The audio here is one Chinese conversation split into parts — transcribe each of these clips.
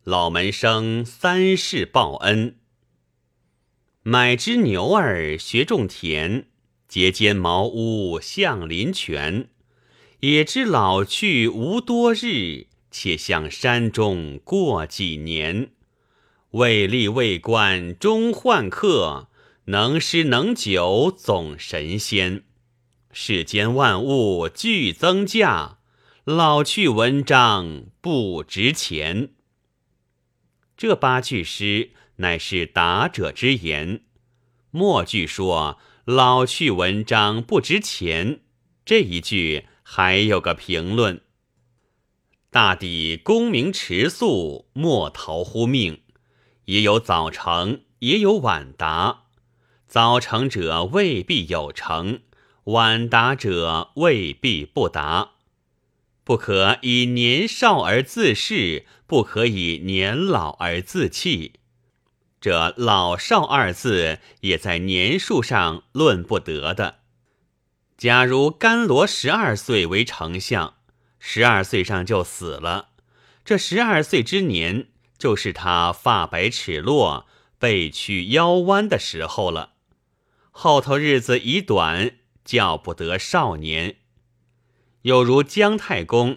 老门生3世报恩。买只牛儿学种田，结间茅屋向林泉。也知老去无多日，且向山中过几年。为吏为官终宦客，能诗能酒总神仙。世间万物俱增价，老去文章不值钱。这8句诗乃是达者之言。末句说老去文章不值钱，这一句还有个评论：大抵功名迟速，莫逃乎命。也有早成，也有晚达。早成者未必有成，晚达者未必不达。不可以年少而自恃，不可以年老而自弃。这老少2字也在年数上论不得的。假如甘罗12岁为丞相，12岁上就死了，这12岁之年，就是他发白齿落、背曲腰弯的时候了。后头日子已短，叫不得少年。有如姜太公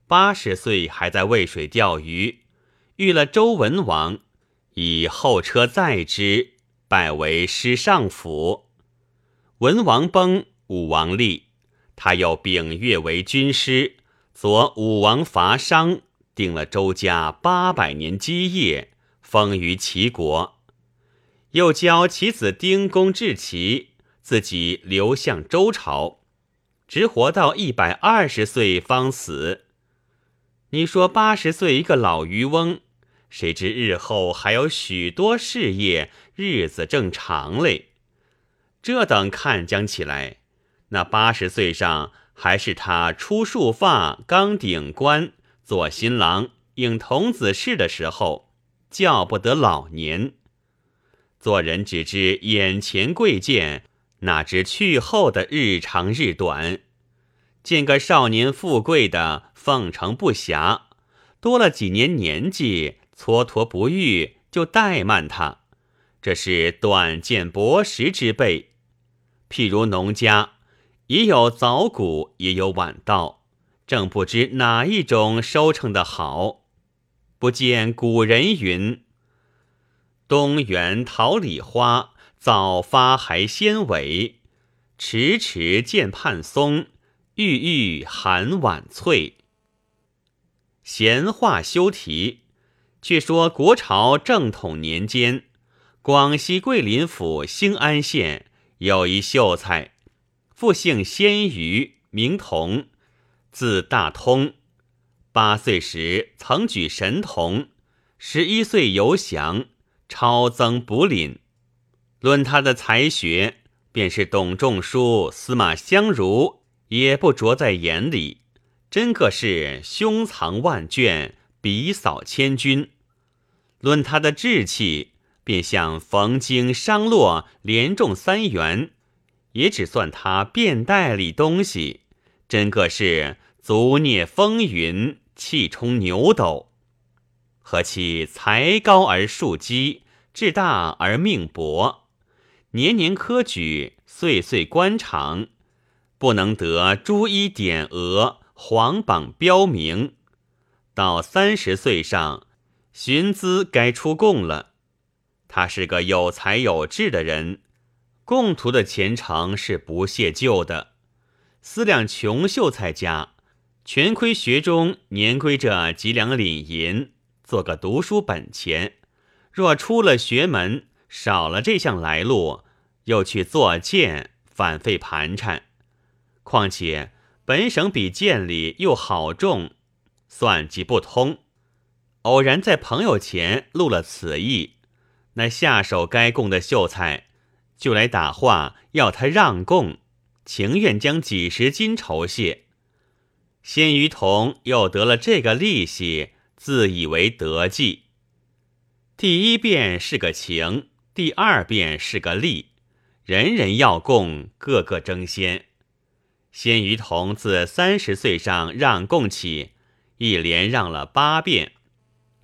80岁还在渭水钓鱼，遇了周文王，以后车载之，拜为师上府。文王崩，武王立，他又秉岳为军师，佐武王伐商，定了周家800年基业，封于齐国。又教其子丁公治齐，自己流向周朝，直活到120岁方死。你说80岁一个老渔翁，谁知日后还有许多事业，日子正长嘞。这等看将起来，那80岁上还是他出束发、刚顶冠、做新郎、应童子试的时候，叫不得老年。做人只知眼前贵贱，哪知去后的日长日短。见个少年富贵的奉承不暇，多了几年年纪，蹉跎不遇，就怠慢他，这是短见薄食之辈。譬如农家，也有早谷，也有晚稻，正不知哪一种收成的好。不见古人云：东园桃李花，早发还先萎。迟迟见盼松，郁郁含晚翠。闲话休提，却说国朝正统年间，广西桂林府兴安县有一秀才，父姓鲜于，名同，字大通。8岁时曾举神童，11岁游降，超增补廪。论他的才学，便是董仲舒、司马相如也不着在眼里，真个是胸藏万卷，笔扫千军。论他的志气，便像冯京、商洛连中3元，也只算他便袋里东西，真个是足蹑风云，气冲牛斗。何其才高而树基，志大而命薄，年年科举，岁岁官场，不能得朱衣点额，皇榜标明。到30岁上，寻资该出贡了。他是个有才有志的人，贡图的前程是不屑救的。思量穷秀才家，全亏学中年归这几两廪银，做个读书本钱。若出了学门，少了这项来路，又去做剑，反费盘缠。况且本省比剑里又好种，算计不通。偶然在朋友前露了此意，那下手该供的秀才就来打话要他让供，情愿将几十斤酬谢。鲜于同又得了这个利息，自以为得计。第1遍是个情，第2遍是个利，人人要供，个个争先。鲜于同自30岁上让供起，一连让了8遍。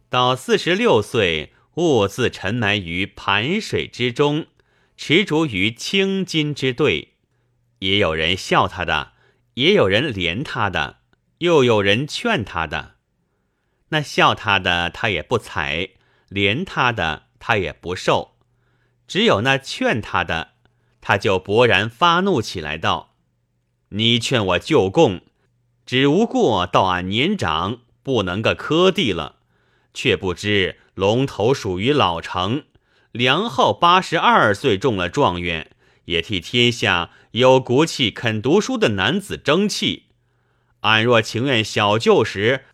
到46岁，兀自沉埋于盘水之中，持着于青金之队。也有人笑他的，也有人怜他的，又有人劝他的。那笑他的他也不睬，怜他的他也不受，只有那劝他的，他就勃然发怒起来，道：你劝我就供，只无过到俺年长，不能个科第了，却不知龙头属于老成，梁浩82岁中了状元，也替天下有骨气肯读书的男子争气。俺若情愿小就时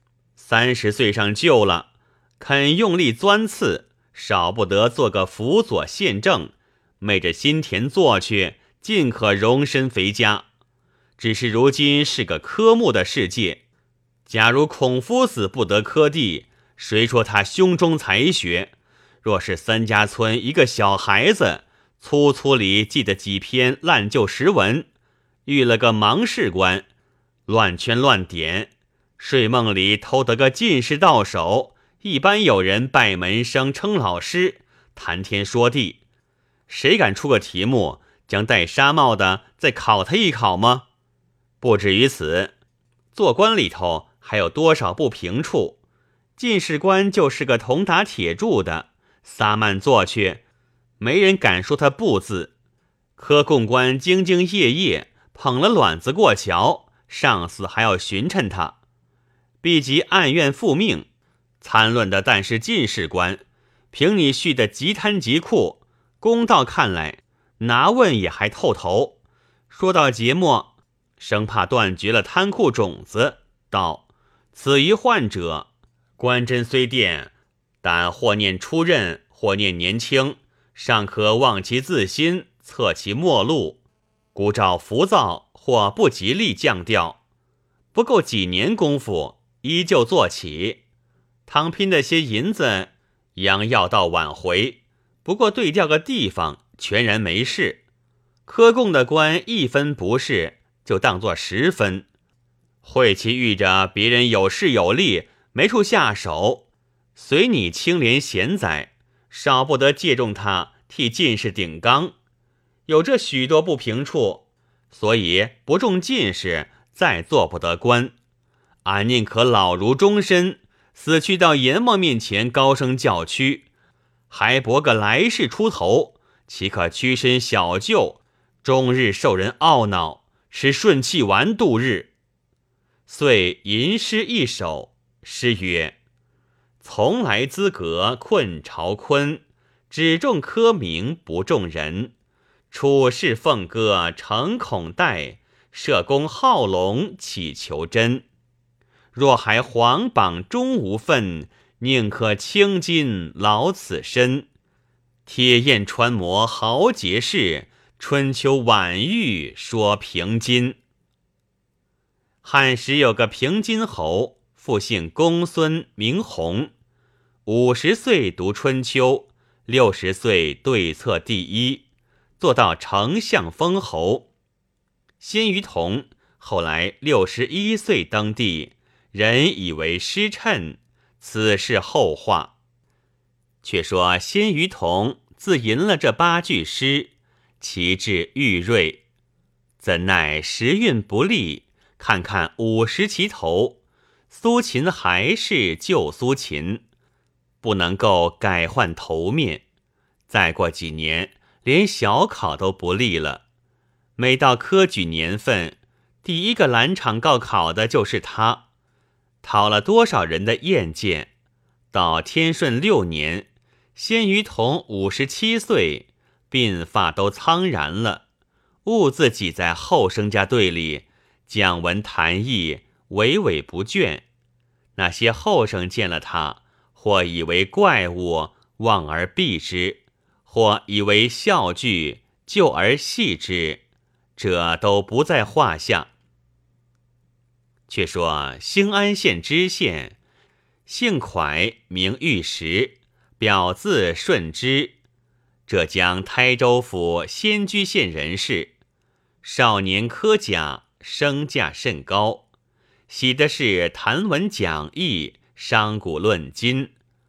30岁上就了，肯用力钻刺，少不得做个辅佐宪政，昧着心田做去，尽可容身肥家。只是如今是个科目的世界，假如孔夫子不得科第，谁说他胸中才学？若是三家村一个小孩子，粗粗里记得几篇烂旧时文，遇了个盲士官，乱圈乱点，睡梦里偷得个进士到手，一般有人拜门生称老师，谈天说地，谁敢出个题目，将戴纱帽的再考他一考吗？不止于此，做官里头还有多少不平处？进士官就是个铜打铁铸的，撒慢做去，没人敢说他不字。科贡官兢兢业业，捧了卵子过桥，上司还要巡称他。毕即暗怨复命，参论的但是进士官，凭你续的极贪极酷，公道看来，拿问也还透头。说到节末，生怕断绝了贪酷种子，道：此一患者，官真虽殿，但或念出任，或念年轻，尚可忘其自心，测其末路，故照浮躁，或不极力降调，不够几年功夫，依旧做起。倘拼的些银子，央要到挽回，不过对调个地方，全然没事。科贡的官1分不是，就当作10分。会其遇着别人有势有力，没处下手，随你清廉贤宰，少不得借重他替进士顶缸。有这许多不平处，所以不中进士，再做不得官。俺宁可老如终身，死去到阎王面前高声叫屈，还搏个来世出头，岂可屈身小就，终日受人懊恼，吃顺气丸度日。遂吟诗一首，诗曰：从来资格困朝坤，只重科名不重人。处世凤歌诚恐待，社公好龙乞求真。若还皇榜终无分，宁可青金劳此身。铁砚穿磨豪杰士，春秋晚玉说平津。汉时有个平津侯，父姓公孙，名弘。50岁读春秋，60岁对策第一，做到丞相封侯。辛于同后来61岁登第，人以为失谶，此事后话。却说辛于同自吟了这8句诗，其志愈锐，怎奈时运不利，看看50齐头，苏秦还是旧苏秦，不能够改换头面。再过几年，连小考都不利了。每到科举年份，第一个拦场告考的就是他，讨了多少人的厌见。到天顺6年，辛于同57岁，鬓发都苍然了，兀自己在后生家队里讲文谈义，娓娓不倦。那些后生见了他，或以为怪物，望而避之；或以为笑具，就而戏之，这都不在话下。却说兴安县知县，姓蒯，名玉石，表字顺之，浙江台州府仙居县人士。少年科甲，身价甚高，喜的是谈文讲义，商贾论今，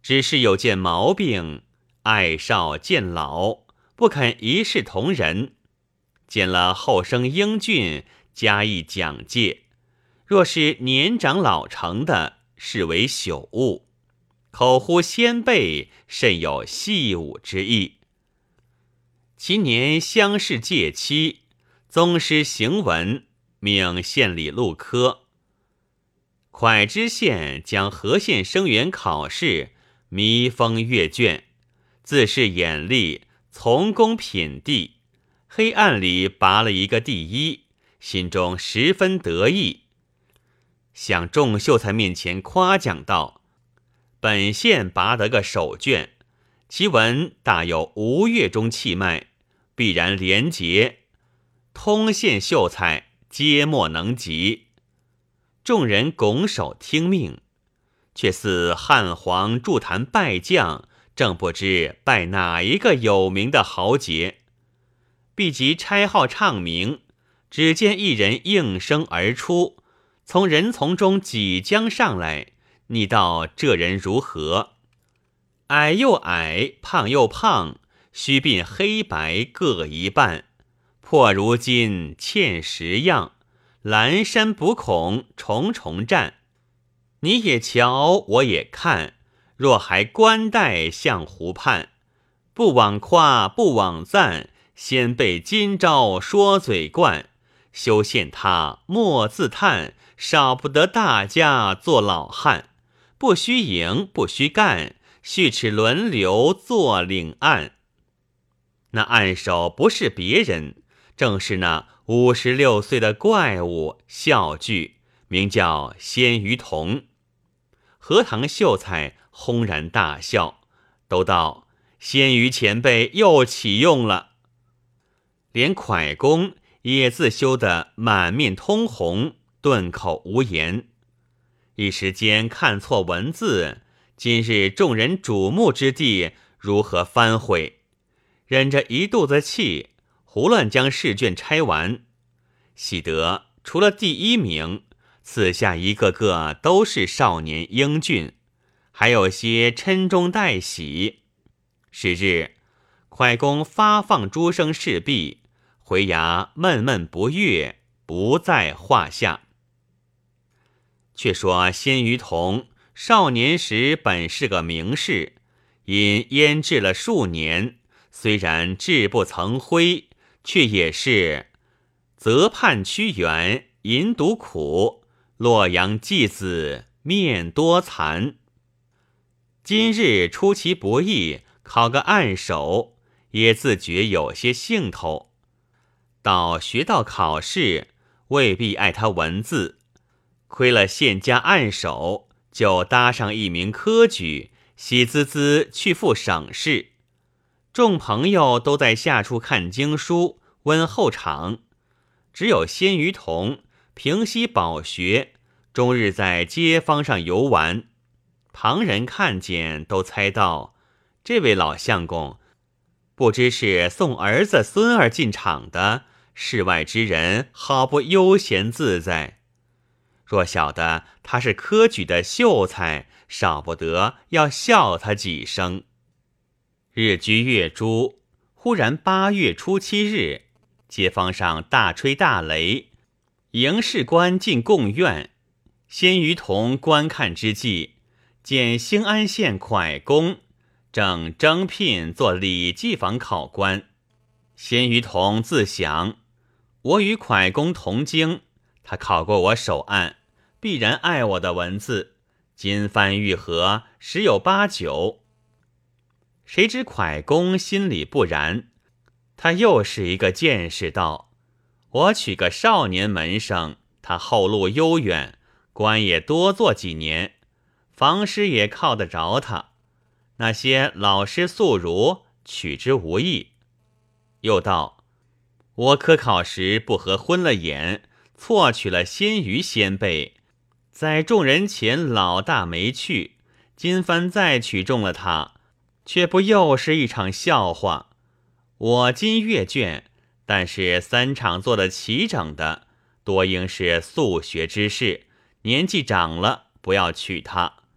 只是有件毛病，爱少见老，不肯一视同仁。见了后生英俊，加以讲戒；若是年长老成的，视为朽物。口呼先辈，甚有戏舞之意。其年乡试届期，宗师行文，命县里录科。蒯知县将河县生员考试密封阅卷，自是眼力，从公品第，黑暗里拔了一个第一，心中十分得意，向众秀才面前夸奖道：本县拔得个首卷，其文大有吴越中气脉，必然廉洁，通县秀才皆莫能及。众人拱手听命，却似汉皇筑坛拜将，正不知拜哪一个有名的豪杰。毕即差号唱名，只见一人应声而出，从人丛中挤将上来，你道这人如何？矮又矮，胖又胖，须鬓黑白各一半，破如今欠十样，阑珊不恐，重重战。你也瞧，我也看，若还冠带向湖畔，不枉夸，不枉赞，先辈今朝说嘴惯，休羡他莫自叹，少不得大家做老汉，不须赢，不须干，续齿轮流做领案。那案首不是别人，正是那56岁的怪物笑具，名叫鲜于同。荷塘秀才轰然大笑，都道鲜于前辈又启用了。连蒯公也自羞得满面通红，顿口无言。一时间看错文字，今日众人瞩目之地，如何翻悔？忍着一肚子气，胡乱将试卷拆完。喜得除了第一名，此下一个个都是少年英俊，还有些嗔中带喜。是日，蒯公发放诸生事毕，回衙闷闷不悦，不在话下。却说鲜于同少年时本是个名士，因腌制了数年，虽然志不曾灰，却也是泽畔屈原，饮毒苦，洛阳季子，面多残。今日出其不意，考个案首，也自觉有些兴头。到学到考试，未必爱他文字，亏了县家案首，就搭上一名科举，喜滋滋去赴省试。众朋友都在下处看经书，温后场，只有鲜于同平息饱学，终日在街坊上游玩。旁人看见都猜到，这位老相公不知是送儿子孙儿进场的，世外之人好不悠闲自在。若晓得他是科举的秀才，少不得要笑他几声。日居月诸，忽然8月初7日，街坊上大吹大擂，迎士官进贡院。鲜于同观看之际，见兴安县蒯公正征聘做礼记坊考官。鲜于同自想，我与蒯公同京，他考过我手案，必然爱我的文字，今番遇合，十有八九。谁知蒯公心里不然，他又是一个见识道：我娶个少年门生，他后路悠远，官也多做几年，房师也靠得着他，那些老师宿儒取之无益。又道：我科考时不合昏了眼，错取了鲜于先辈，在众人前老大没趣，今番再取中了他，却不又是一场笑话。我今阅卷，但是3场做得齐整的，多应是素学之士，年纪长了，不要取他。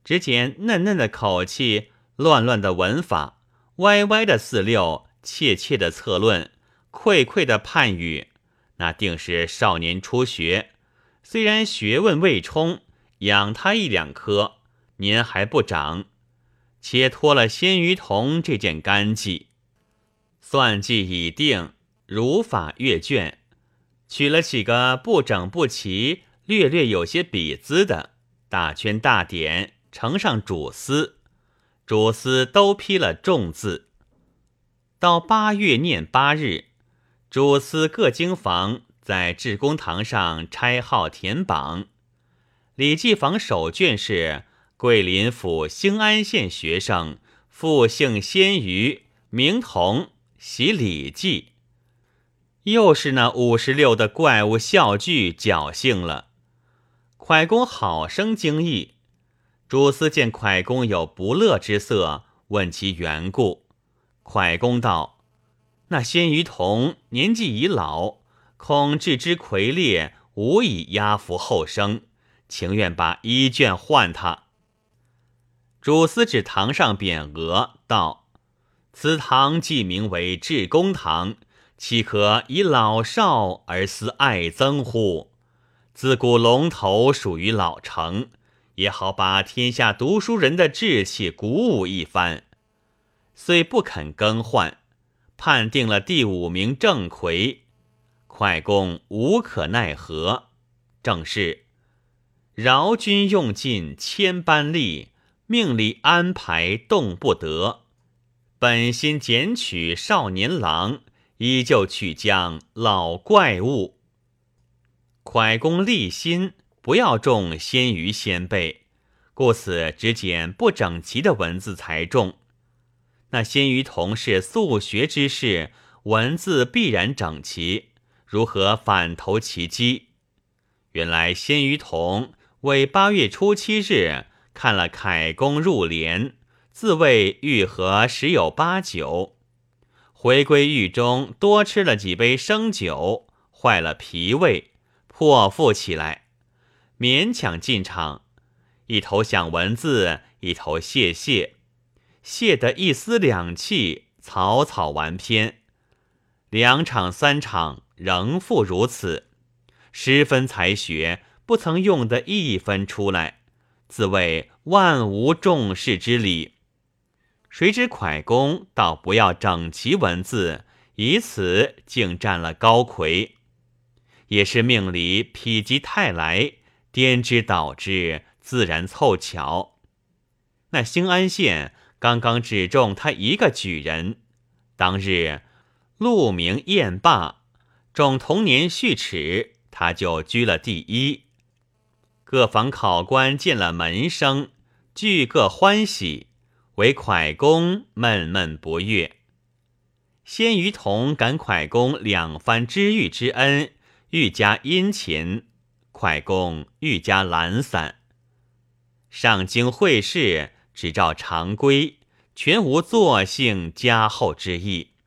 只见嫩嫩的口气，乱乱的文法，歪歪的四六，切切的策论，愧愧的判语，那定是少年初学，虽然学问未充，养他一两科，年还不长，且脱了鲜鱼童这件干系。算计已定，如法阅卷，取了几个不整不齐，略略有些笔姿的，大圈大点，呈上主司，主司都批了重字。到8月念8日，主司各经房在至公堂上拆号填榜。礼记坊首卷是桂林府兴安县学生，复姓鲜鱼，名同，习礼记。又是那56的怪物笑句侥幸了。蒯公好生惊异，主司见蒯公有不乐之色，问其缘故。蒯公道：那鲜鱼童年纪已老，恐置之魁烈，无以压服后生，情愿把1卷换他。主司指堂上匾额道：此堂既名为至公堂，岂可以老少而思爱憎乎？自古龙头属于老成，也好把天下读书人的志气鼓舞一番。虽不肯更换，判定了第5名郑奎。蒯公无可奈何，正是饶君用尽千般力，命里安排动不得。本心捡取少年郎，依旧去将老怪物。蒯公立心不要中鲜鱼先辈，故此只捡不整齐的文字才中。那鲜鱼童是素学之士，文字必然整齐，如何反投其机？原来鲜鱼童为8月初7日看了凯公入帘，自谓愈合时有8九，回归狱中多吃了几杯生酒，坏了脾胃，破腹起来，勉强进场，一头想文字，一头谢得一丝两气，草草完篇。2场3场仍复如此，10分才学不曾用得1分出来，自谓万无重视之理。谁知蒯公倒不要整齐文字，以此竟占了高魁。也是命里否极泰来，颠之倒之，自然凑巧。那兴安县刚刚只中他一个举人，当日鹿鸣宴罢，中同年续齿，他就居了第1。各房考官见了门生，俱各欢喜，唯蒯公闷闷不悦。鲜鱼童感蒯公2番知遇之恩，愈加殷勤，蒯公愈加懒散。上京会试，只照常规，全无作兴加厚之意。